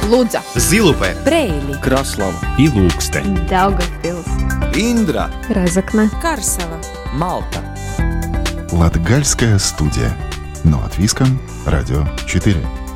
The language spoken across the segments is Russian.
Лудза, Зилупе, Бреили, Краслава и Лукстē, Daugavpils, Индра, Разокне, Карсела, Малта. Латгальская студия. Но от Виска, Радио 4.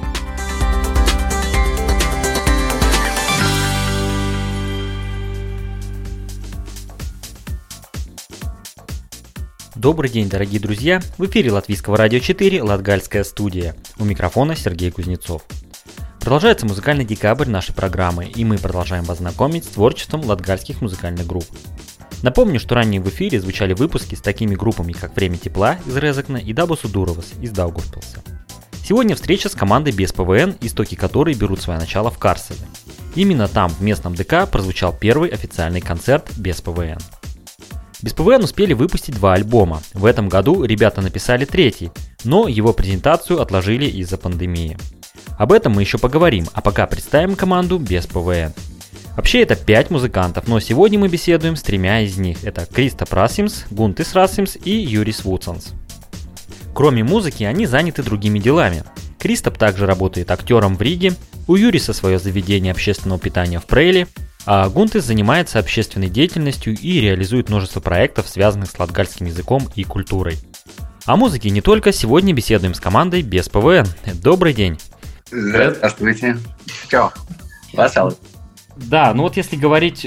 Добрый день, дорогие друзья! В эфире Латвийского радио 4, Латгальская студия. У микрофона Сергей Кузнецов. Продолжается музыкальный декабрь нашей программы, и мы продолжаем вас знакомить с творчеством латгальских музыкальных групп. Напомню, что ранее в эфире звучали выпуски с такими группами, как «Время тепла» из Резекне и Dabas Udurovas из Даугавпилса. Сегодня встреча с командой без ПВН, истоки которой берут свое начало в Карселе. Именно там, в местном ДК, прозвучал первый официальный концерт без ПВН. Без ПВН успели выпустить 2 альбома. В этом году ребята написали 3-й, но его презентацию отложили из-за пандемии. Об этом мы еще поговорим, а пока представим команду без ПВН. Вообще это 5 музыкантов, но сегодня мы беседуем с 3 из них. Это Кристоп Расимс, Гунтис Расимс и Юрис Вудсонс. Кроме музыки, они заняты другими делами. Кристоп также работает актером в Риге, у Юриса свое заведение общественного питания в Прейле, а Гунтис занимается общественной деятельностью и реализует множество проектов, связанных с латгальским языком и культурой. О музыке не только, сегодня беседуем с командой без ПВН. Добрый день! Здравствуйте. Чао. Васал. Да, ну вот если говорить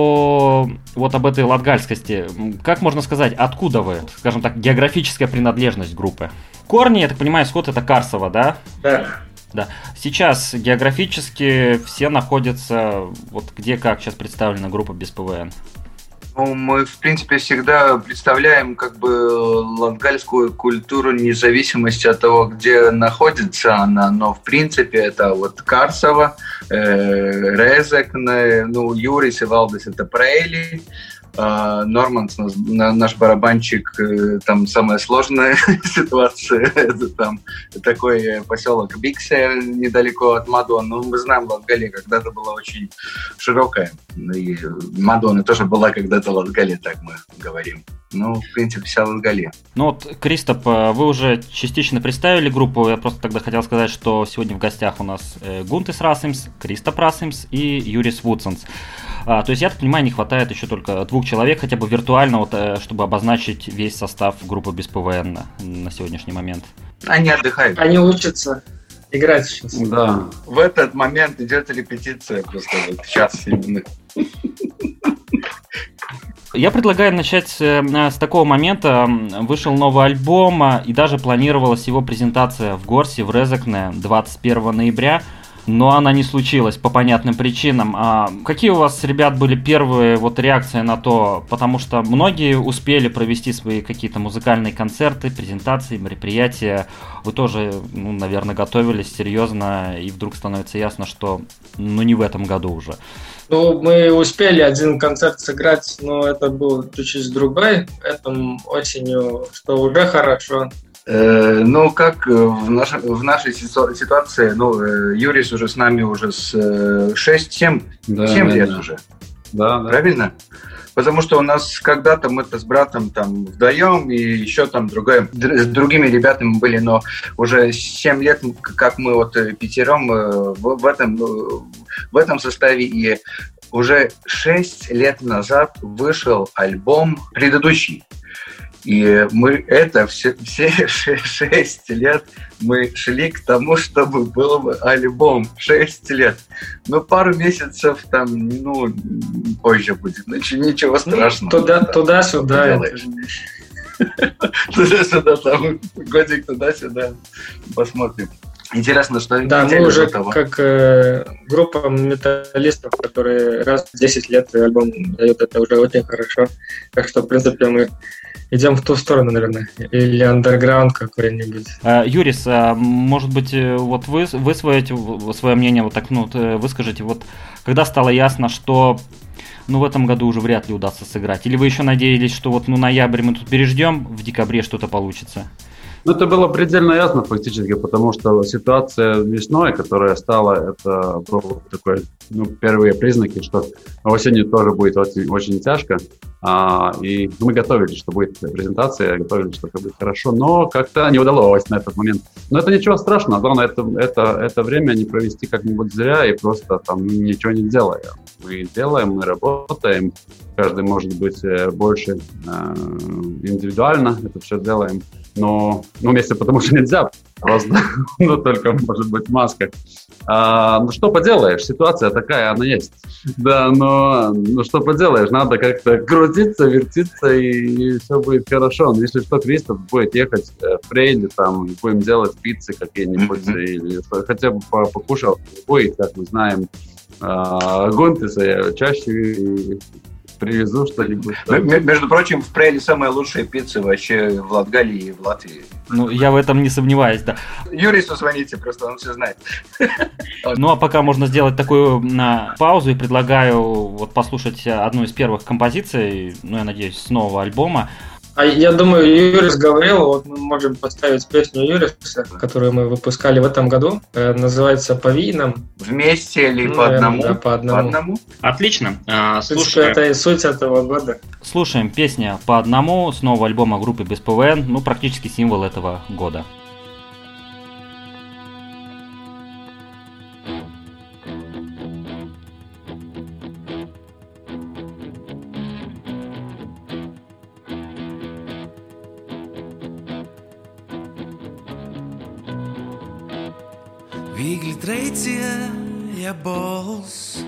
об этой латгальскости, как можно сказать, откуда вы, скажем так, географическая принадлежность группы? Корни, я так понимаю, исход это Карсела, да? Да. Сейчас географически все находятся, вот где как сейчас представлена группа без ПВН? Ну, мы, в принципе, всегда представляем как бы латгальскую культуру независимости от того, где находится она, но, в принципе, это вот Карсела, Резекне, Юрис и Валдис – это Прейли, Норманс, наш барабанщик, там самая сложная ситуация, это там такой поселок Биксель недалеко от Мадонны. Ну, мы знаем, Латгалия когда-то была очень широкая, и Мадонна тоже была когда-то Латгалия, так мы говорим. Ну, в принципе, вся Латгалия. Ну вот, Кристоп, вы уже частично представили группу, я просто тогда хотел сказать, что сегодня в гостях у нас Гунтис Расимс, Кристоп Расимс и Юрис Вудсонс. То есть, я так понимаю, не хватает еще только 2 человек, хотя бы виртуально, вот, чтобы обозначить весь состав группы без ПВН на сегодняшний момент. Они отдыхают. Они учатся играть сейчас. Да. В этот момент идет репетиция просто вот сейчас именно. Я предлагаю начать с такого момента. Вышел новый альбом, и даже планировалась его презентация в Горсе, в Резекне 21 ноября. Но она не случилась по понятным причинам. А какие у вас, ребят, были первые реакции на то? Потому что многие успели провести свои какие-то музыкальные концерты, презентации, мероприятия. Вы тоже, наверное, готовились серьезно, и вдруг становится ясно, что не в этом году уже. Мы успели один концерт сыграть, но это был чуть-чуть другой. Этим осенью, что уже хорошо. Как в нашей ситуации, Юрис уже с нами уже с 6-7 лет уже. Да. Правильно? Потому что у нас когда-то мы-то с братом там вдвоем и еще там с другими ребятами были, но уже 7 лет, как мы пятером в этом составе, и уже 6 лет назад вышел альбом предыдущий. И мы все 6 лет мы шли к тому, чтобы был альбом. 6 лет. Пару месяцев там, позже будет. Ничего страшного. Туда-сюда. Туда-сюда, там годик туда-сюда. Посмотрим. Интересно, что... Да, мы уже как группа металлистов, которые раз в 10 лет альбом дают, это уже очень хорошо. Так что, в принципе, мы идем в ту сторону, наверное. Или андерграунд какой-нибудь. Юрис, может быть, вы высвоите свое мнение, выскажите, когда стало ясно, что в этом году уже вряд ли удастся сыграть? Или вы еще надеялись, что ноябрь мы тут переждем, в декабре что-то получится? Ну, это было предельно ясно фактически, потому что ситуация весной, которая стала, это был такой, первые признаки, что осенью тоже будет очень, очень тяжко. И мы готовились, что будет презентация, готовились, что это будет хорошо, но как-то не удалось на этот момент. Но это ничего страшного, главное это время не провести как-нибудь зря и просто там ничего не делая. Мы делаем, мы работаем, каждый может быть больше индивидуально это все делаем. Но вместе, потому что нельзя просто, только может быть в масках. Ну что поделаешь, ситуация такая, она есть. Да, но что поделаешь, надо как-то крутиться, вертиться, и все будет хорошо. Но если что, Кристоф будет ехать в Прейде, там, будем делать пиццы какие-нибудь, или хотя бы покушал, будет, как мы знаем, Гунтеса я чаще привезу что-нибудь. Между прочим, в Преле самые лучшие пиццы вообще в Латгалии и в Латвии. Ну, я в этом не сомневаюсь, да. Юрису звоните, просто он все знает. Ну, а пока можно сделать такую паузу и предлагаю вот послушать одну из первых композиций, я надеюсь, с нового альбома. А я думаю, Юрис говорил, вот мы можем поставить песню Юриса, которую мы выпускали в этом году. Называется «По винам». Вместе или по одному? Да, по одному. Отлично. Слушай, это и суть этого года. Слушаем песня «По одному» с нового альбома группы Без ПВН, практически символ этого года. Viegli treicie, ja bols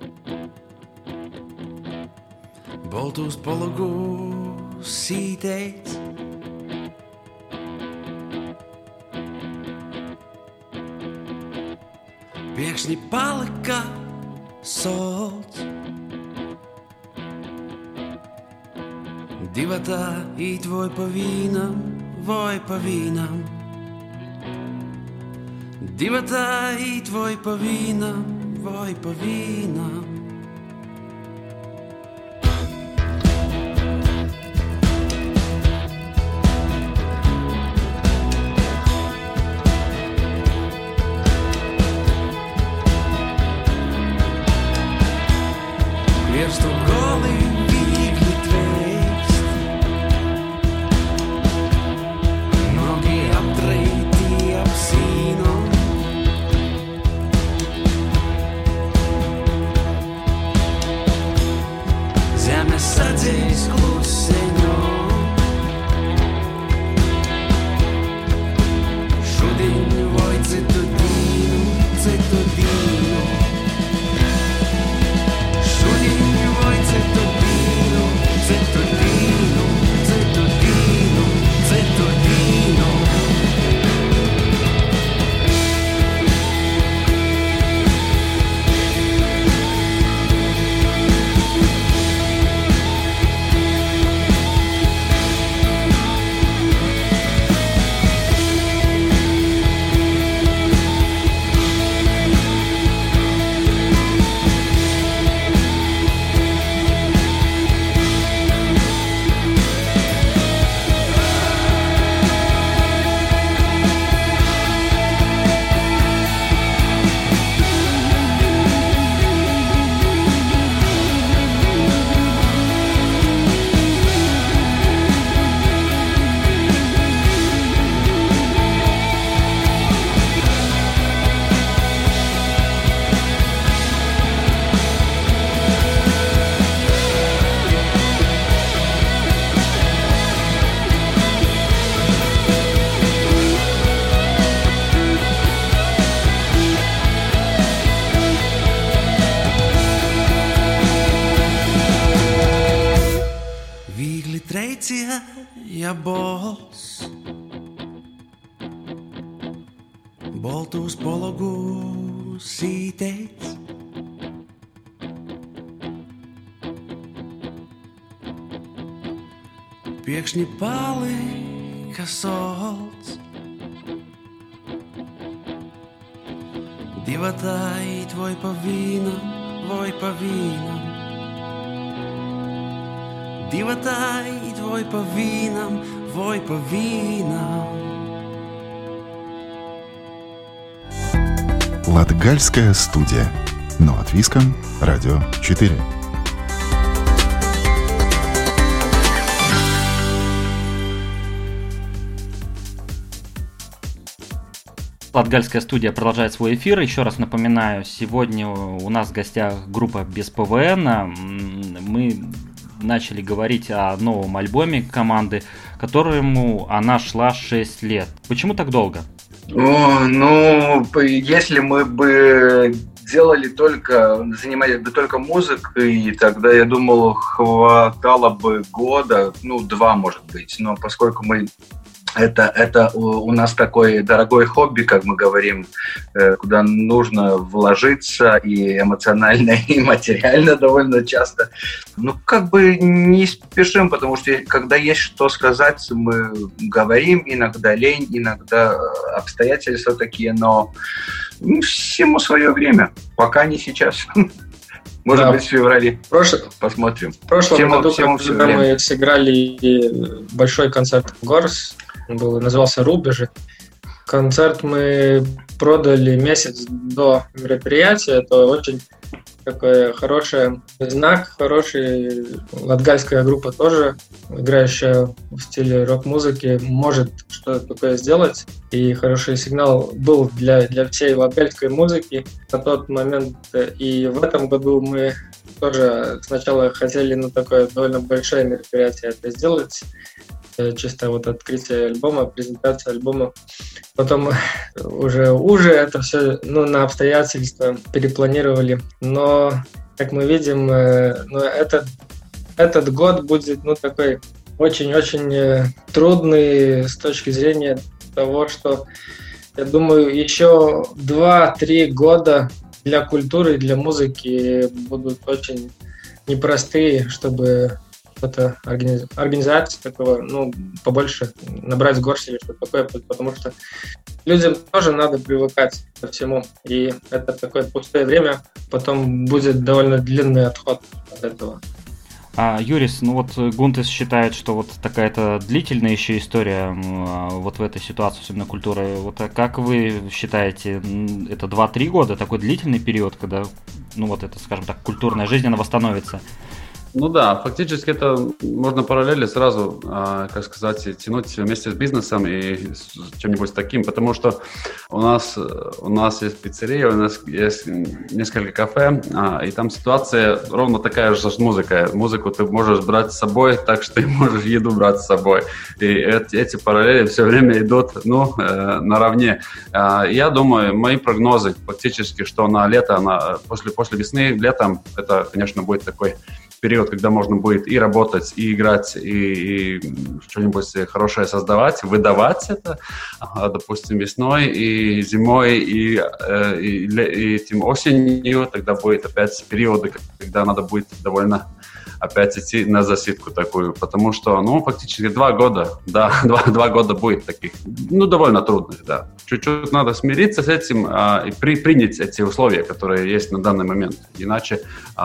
Boltus pologus sīteic Pēkšņi palika solts Divatā īt voi pa vīnam Divatā īt voi pa vīnam Vierstu goli viegli treikst Nogi aptreiti apsīnom Sadzīs kluseņom Šodien vai citu dienu Šodien vai citu dienu ja bols Boltus pologus sīteic Pēkšņi palika solts Divatā īt vai pa vīnam Divatā īt vai pa vīnam Латгальская студия. Но от Виском, Радио 4. Латгальская студия продолжает свой эфир. Еще раз напоминаю, сегодня у нас в гостях группа «Без ПВН». Мы начали говорить о новом альбоме команды, которому она шла 6 лет. Почему так долго? Если мы бы занимались бы только музыкой, тогда, я думал, хватало бы года, 2, может быть. Но поскольку это у нас такой дорогой хобби, как мы говорим, куда нужно вложиться и эмоционально, и материально довольно часто. Не спешим, потому что когда есть что сказать, мы говорим, иногда лень, иногда обстоятельства такие, но всему свое время, пока не сейчас. Может быть, в феврале. Посмотрим. В прошлом году, когда мы сыграли большой концерт в Горс, назывался «Рубежи». Концерт мы продали месяц до мероприятия. Это очень такой хороший знак, хороший. Латгальская группа тоже, играющая в стиле рок-музыки, может что-то такое сделать. И хороший сигнал был для всей латгальской музыки на тот момент. И в этом году мы тоже сначала хотели такое довольно большое мероприятие это сделать. Чисто открытие альбома, презентация альбома. Потом уже это все на обстоятельства перепланировали. Но, как мы видим, этот год будет такой очень-очень трудный с точки зрения того, что, я думаю, еще 2-3 года для культуры, для музыки будут очень непростые, чтобы это организация такого, побольше набрать горсть или что-то такое, потому что людям тоже надо привыкать ко всему, и это такое пустое время, потом будет довольно длинный отход от этого. Юрис, Гунтес считает, что такая-то длительная еще история в этой ситуации, особенно культуры. Как вы считаете, это 2-3 года, такой длительный период, когда, это, скажем так, культурная жизнь, она восстановится? Да, фактически это можно параллели сразу, тянуть вместе с бизнесом и с чем-нибудь таким, потому что у нас есть пиццерия, у нас есть несколько кафе, и там ситуация ровно такая же с музыкой. Музыку ты можешь брать с собой, так что ты можешь еду брать с собой. И эти параллели все время идут, наравне. Я думаю, мои прогнозы фактически, что на лето, после весны, летом, это, конечно, будет такой период, когда можно будет и работать, и играть, и что-нибудь хорошее создавать, выдавать это, допустим, весной, и зимой, и этим осенью, тогда будет опять периоды, когда надо будет довольно опять идти на засидку такую, потому что, фактически 2 года, да, 2 года будет таких, довольно трудных, да. Чуть-чуть надо смириться с этим и принять эти условия, которые есть на данный момент. Иначе,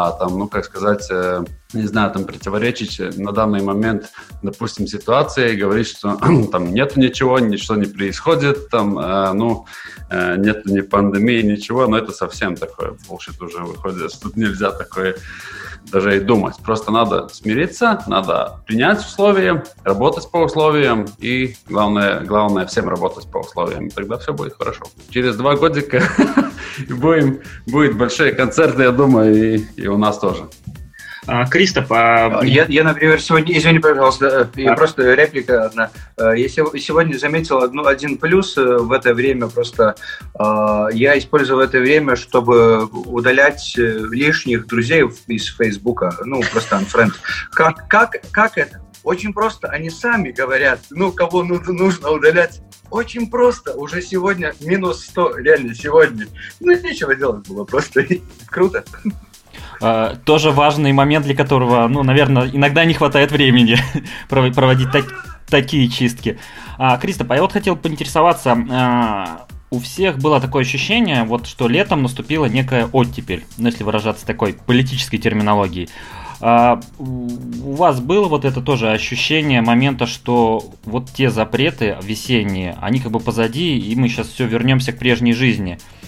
противоречить на данный момент, допустим, ситуации, говорить, что там нету ничего, ничто не происходит, нету ни пандемии, ничего, но это совсем такое bullshit уже выходит. Тут нельзя такое даже и думать. Просто надо смириться, надо принять условия, работать по условиям и, главное всем работать по условиям. Тогда все будет хорошо. Через 2 годика будет большие концерты, я думаю, и у нас тоже. Кристоф, я, например, сегодня, извини, пожалуйста, просто реплика одна. Я сегодня заметил один плюс в это время, просто я использовал это время, чтобы удалять лишних друзей из Фейсбука, просто unfriend. Как это? Очень просто, они сами говорят, кого нужно удалять. Очень просто, уже сегодня минус 100, реально сегодня. Нечего делать было, просто круто. Тоже важный момент, для которого, наверное, иногда не хватает времени проводить такие чистки. Кристоф, я хотел поинтересоваться, у всех было такое ощущение, что летом наступила некая оттепель, если выражаться такой политической терминологией. У вас было это тоже ощущение момента, что те запреты весенние, они позади, и мы сейчас все вернемся к прежней жизни?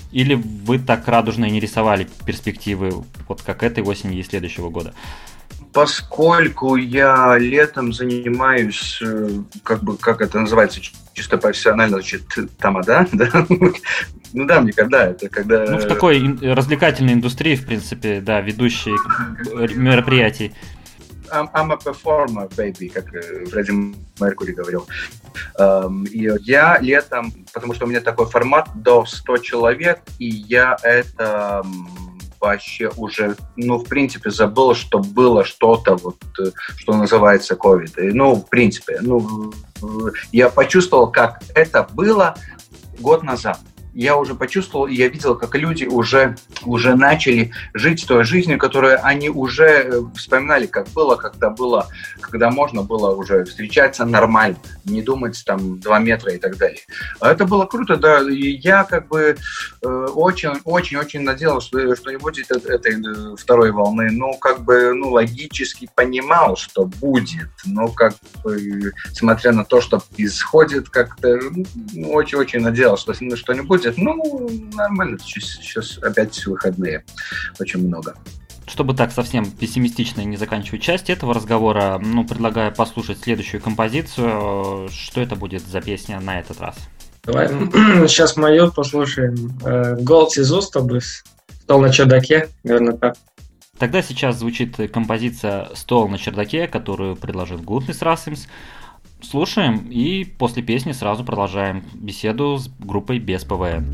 Или вы так радужно и не рисовали перспективы вот как этой осени и следующего года? Поскольку я летом занимаюсь, как это называется, чисто профессионально, значит, тамада, да? Ну да, мне когда... Ну, в такой развлекательной индустрии, в принципе, да, ведущий мероприятий. I'm a performer, baby, как Фредди Меркьюри говорил. И я летом, потому что у меня такой формат до 100 человек, и я это вообще уже, в принципе, забыл, что было что-то, вот, что называется COVID. И, в принципе, я почувствовал, как это было год назад. Я уже почувствовал, и я видел, как люди уже начали жить той жизнью, которую они уже вспоминали, как было, когда можно было уже встречаться нормально, не думать там 2 метра и так далее. А это было круто, да, и я очень-очень надеялся, что не будет этой второй волны, логически понимал, что будет, но смотря на то, что происходит, как-то очень-очень надеялся, что не будет. Нормально, сейчас опять выходные, очень много. Чтобы так совсем пессимистично не заканчивать часть этого разговора, предлагаю послушать следующую композицию. Что это будет за песня на этот раз? Давай сейчас мою послушаем. Голд из Устобыс, «Стол на чердаке», наверное, так. Тогда сейчас звучит композиция «Стол на чердаке», которую предложил Гутнес Расимс. Слушаем и после песни сразу продолжаем беседу с группой без ПВН.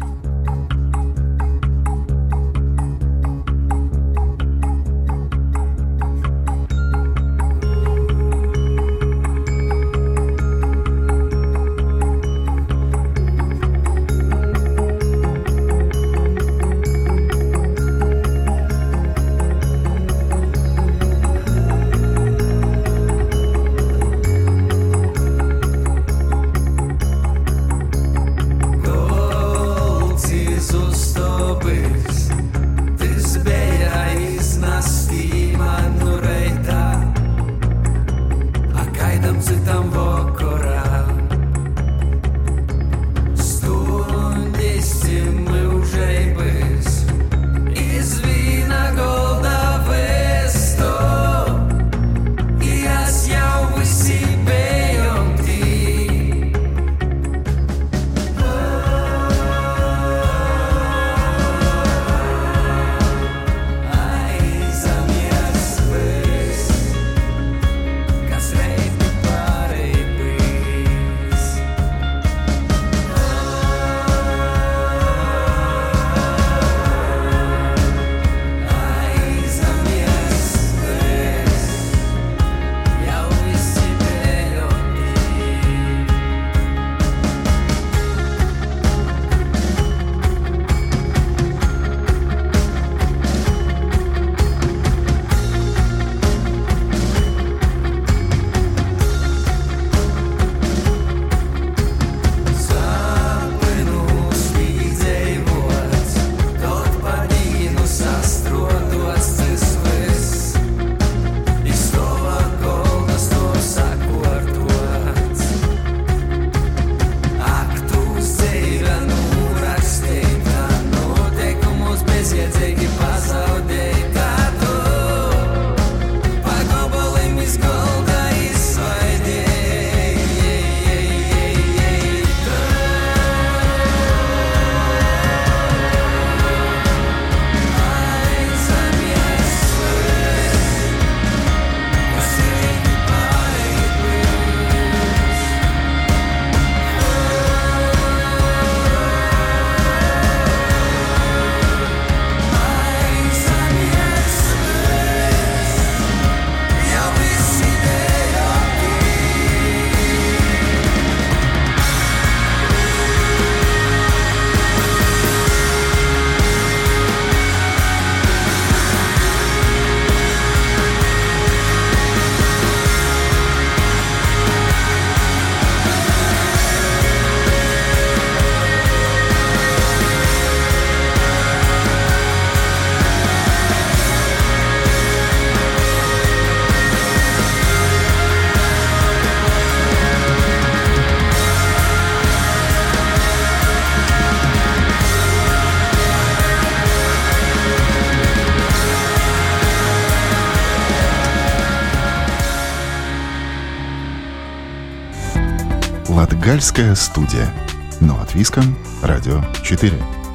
Латгальская студия. Но Латвийском радио 4.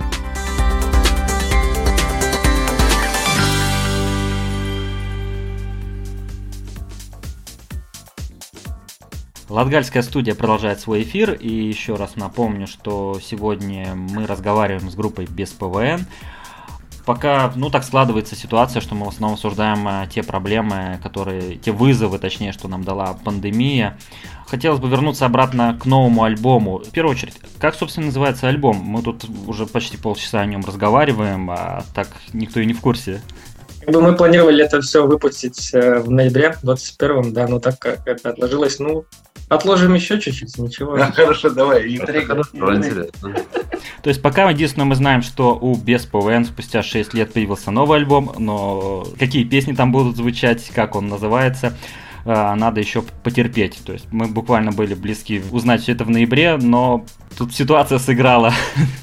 Латгальская студия продолжает свой эфир, и еще раз напомню, что сегодня мы разговариваем с группой без ПВН. Пока, так складывается ситуация, что мы в основном обсуждаем те проблемы, те вызовы, точнее, что нам дала пандемия. Хотелось бы вернуться обратно к новому альбому. В первую очередь, как, собственно, называется альбом? Мы тут уже почти полчаса о нем разговариваем, а так никто и не в курсе. Мы планировали это все выпустить в ноябре 21-м, да, но так как это отложилось, отложим еще чуть-чуть, ничего. Хорошо, давай, интрига. Интересно. То есть пока единственное мы знаем, что у Без ПВН спустя 6 лет появился новый альбом, но какие песни там будут звучать, как он называется, надо еще потерпеть. То есть мы буквально были близки узнать все это в ноябре, но тут ситуация сыграла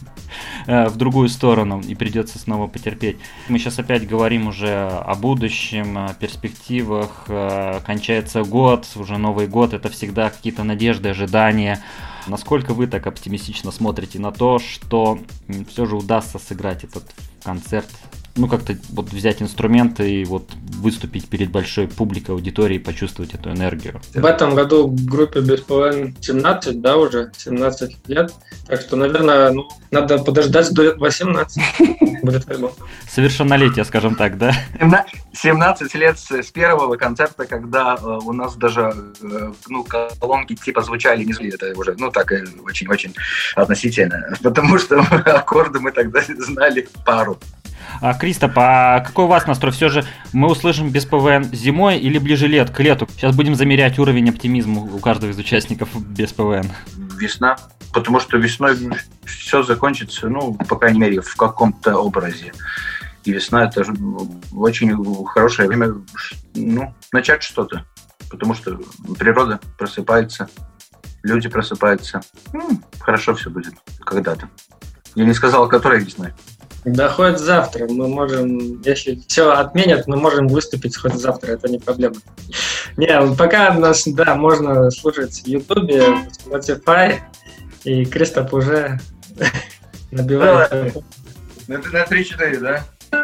в другую сторону, и придется снова потерпеть. Мы сейчас опять говорим уже о будущем, о перспективах, кончается год, уже Новый год, это всегда какие-то надежды, ожидания. Насколько вы так оптимистично смотрите на то, что все же удастся сыграть этот концерт? Как-то взять инструменты и выступить перед большой публикой, аудиторией, почувствовать эту энергию. В этом году группе без ПВН 17, да, уже 17 лет. Так что, наверное, надо подождать до 18 будет альбом. Совершеннолетие, скажем так, да? 17 лет с первого концерта, когда у нас даже колонки типа звучали не звучали, это уже, так очень-очень относительно, потому что аккорды мы тогда знали пару. Кристоп, а какой у вас настрой? Все же мы услышим без ПВН зимой или ближе к лету? Сейчас будем замерять уровень оптимизма у каждого из участников без ПВН. Весна, потому что весной все закончится, по крайней мере, в каком-то образе. И весна – это же очень хорошее время, начать что-то, потому что природа просыпается, люди просыпаются. Хорошо все будет когда-то. Я не сказал, которой весной. Да хоть завтра мы можем, если все отменят, мы можем выступить хоть завтра, это не проблема. Пока нас, можно слушать в Ютубе, в Spotify, и Кристоп уже набивает. На 3-4, да?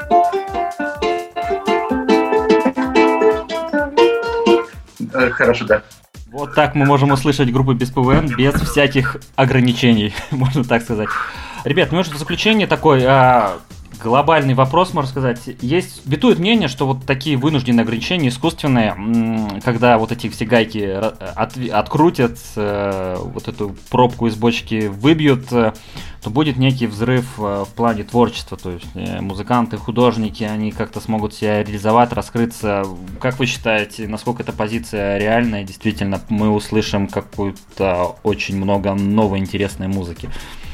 Хорошо, да. Вот так мы можем услышать группу без ПВН, без всяких ограничений, можно так сказать. Ребят, может, в заключение такой глобальный вопрос, можно сказать. Бытует мнение, что такие вынужденные ограничения искусственные, когда эти все гайки открутят, эту пробку из бочки выбьют, то будет некий взрыв в плане творчества. То есть музыканты, художники, они как-то смогут себя реализовать, раскрыться. Как вы считаете, насколько эта позиция реальная? Действительно, мы услышим какую-то очень много новой интересной музыки.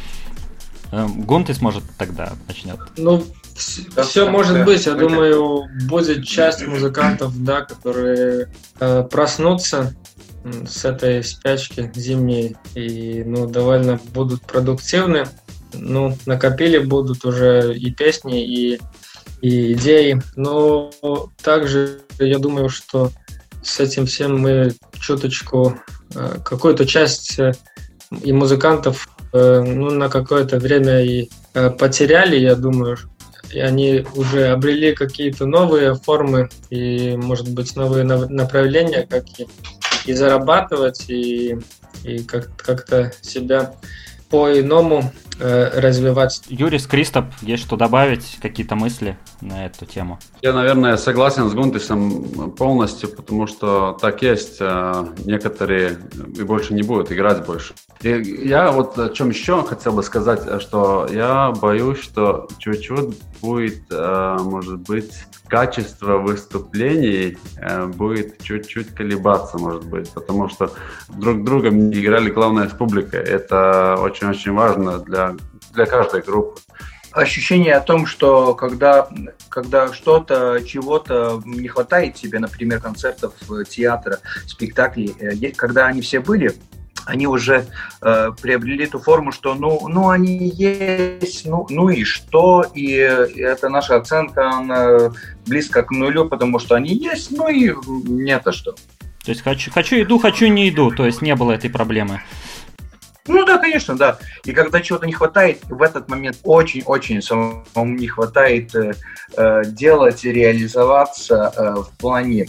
Гунтис, может, тогда начнет? Все может быть. Я думаю, будет часть музыкантов, которые проснутся с этой спячки зимней и довольно будут продуктивны. Накопили будут уже и песни, и идеи. Но также я думаю, что с этим всем мы чуточку какую-то часть и музыкантов на какое-то время и потеряли, я думаю, и они уже обрели какие-то новые формы и, может быть, новые направления, как и зарабатывать, и как-то себя по-иному развивать. Юрис, Кристоп, есть что добавить, какие-то мысли на эту тему? Я, наверное, согласен с Гунтисом полностью, потому что так есть. Некоторые и больше не будут играть больше. И я о чем еще хотел бы сказать, что я боюсь, что чуть-чуть будет, может быть, качество выступлений будет чуть-чуть колебаться, может быть, потому что друг друга не играли, главное, с публикой. Это очень-очень важно для каждой группы. Ощущение о том, что когда что-то, чего-то не хватает тебе, например, концертов, театра, спектаклей, когда они все были, они уже приобрели ту форму, что они есть, и что, и это наша оценка, она близко к нулю, потому что они есть, и нет, а что. То есть хочу иду, хочу не иду, то есть не было этой проблемы. Ну да, конечно, да. И когда чего-то не хватает, в этот момент очень-очень самому не хватает делать, реализоваться в плане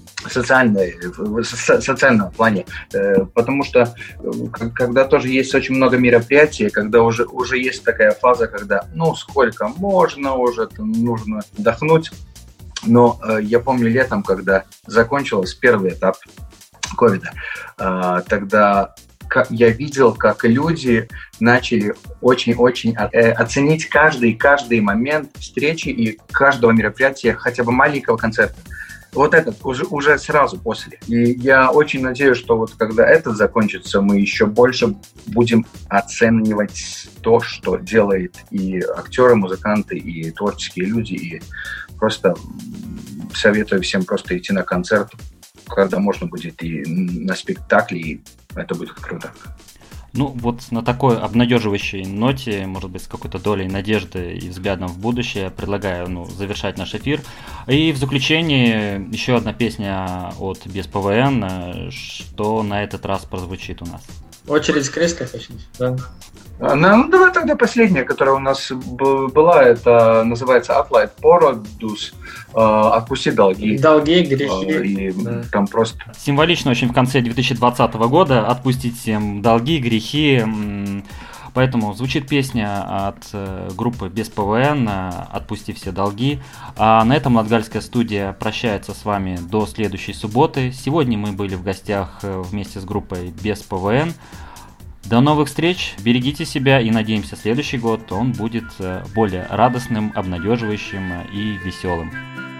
социальном плане, потому что когда тоже есть очень много мероприятий, когда уже есть такая фаза, когда сколько можно, уже нужно отдохнуть. Но я помню летом, когда закончился первый этап ковида, тогда я видел, как люди начали очень-очень оценить каждый момент встречи и каждого мероприятия, хотя бы маленького концерта. Вот этот уже сразу после. И я очень надеюсь, что вот когда это закончится, мы еще больше будем оценивать то, что делает и актеры, музыканты, и творческие люди. И просто советую всем просто идти на концерт, когда можно будет и на спектакль, и это будет круто. Вот на такой обнадеживающей ноте, может быть, с какой-то долей надежды и взглядом в будущее, предлагаю завершать наш эфир. И в заключение еще одна песня от Без ПВН, что на этот раз прозвучит у нас. Очередь с Криской, да? Давай тогда последняя, которая у нас была, это называется «Atlaid Parodus», «Отпусти долги». Долги, грехи. И там просто... Символично очень в конце 2020 года отпустить всем долги, грехи. Поэтому звучит песня от группы Без ПВН «Отпусти все долги». А на этом Латгальская студия прощается с вами до следующей субботы. Сегодня мы были в гостях вместе с группой Без ПВН. До новых встреч, берегите себя и надеемся, следующий год он будет более радостным, обнадеживающим и веселым.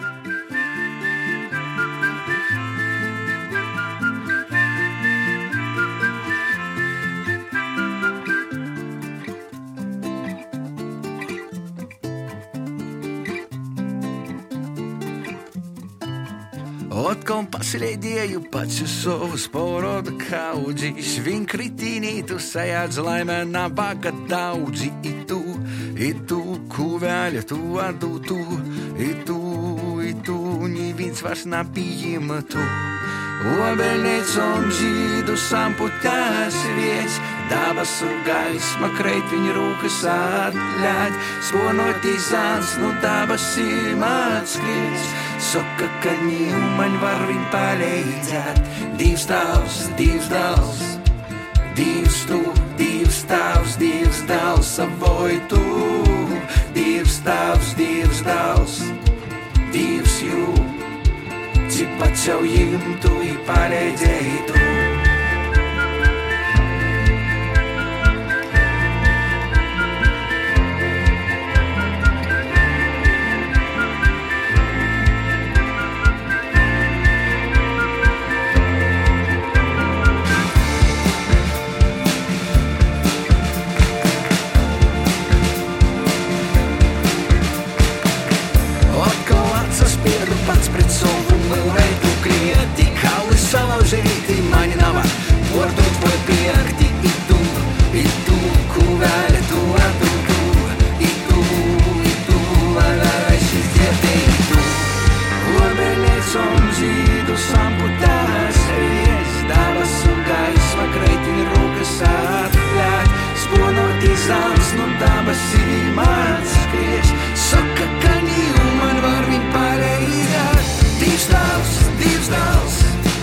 Отком последнеju pats savu sporodu kaudzis, viņ kritīnītu sajādz laimē nabaga daudzi, i tu, kuvēļa tu adu tu, i tu, neviens vairs napījima tu. Obeļniecom žīdu samputās vies, dabasu gaisma kreit viņa rūkas atļaļ, sponoti zāns, dabasim atskries. Saka, ka ņūmaņ var viņ palīdzēt. Divs tavs, divs dals, divs tu, divs tavs, divs dals, savoj tu. Divs tavs, divs dals, divs jū. Cipat sev jimtu i palīdzētu. Salaužīti mani nama, vordot vai piekti, i tu, kuvēļa tu adu tu, i tu, alai šis dzirdī, i tu. Obeļniecom žīdu samputās vies, dabasu gaisma kreitiņa rūkas atļaļ, sponoti zāns, dabasim atskries, saka, ka ņūmaņ var viņ palīdzēt. Divs tavs, divs dals,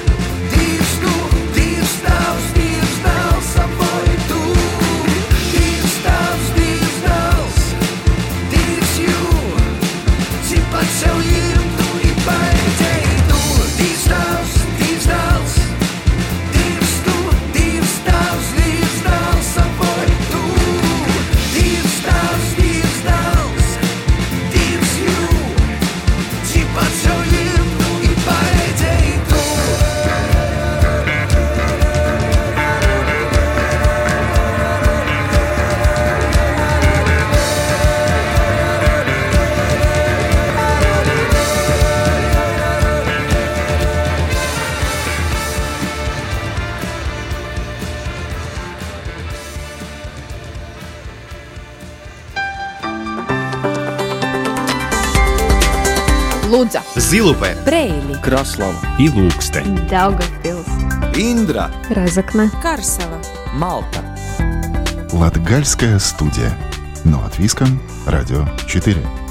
Ludza, Zilupē, Preili, Kraslava, Ilūkste, Daugavpils, Indra, Razakne, Karsava, Malta. Латгальская студия. Но от Виском, Радио 4.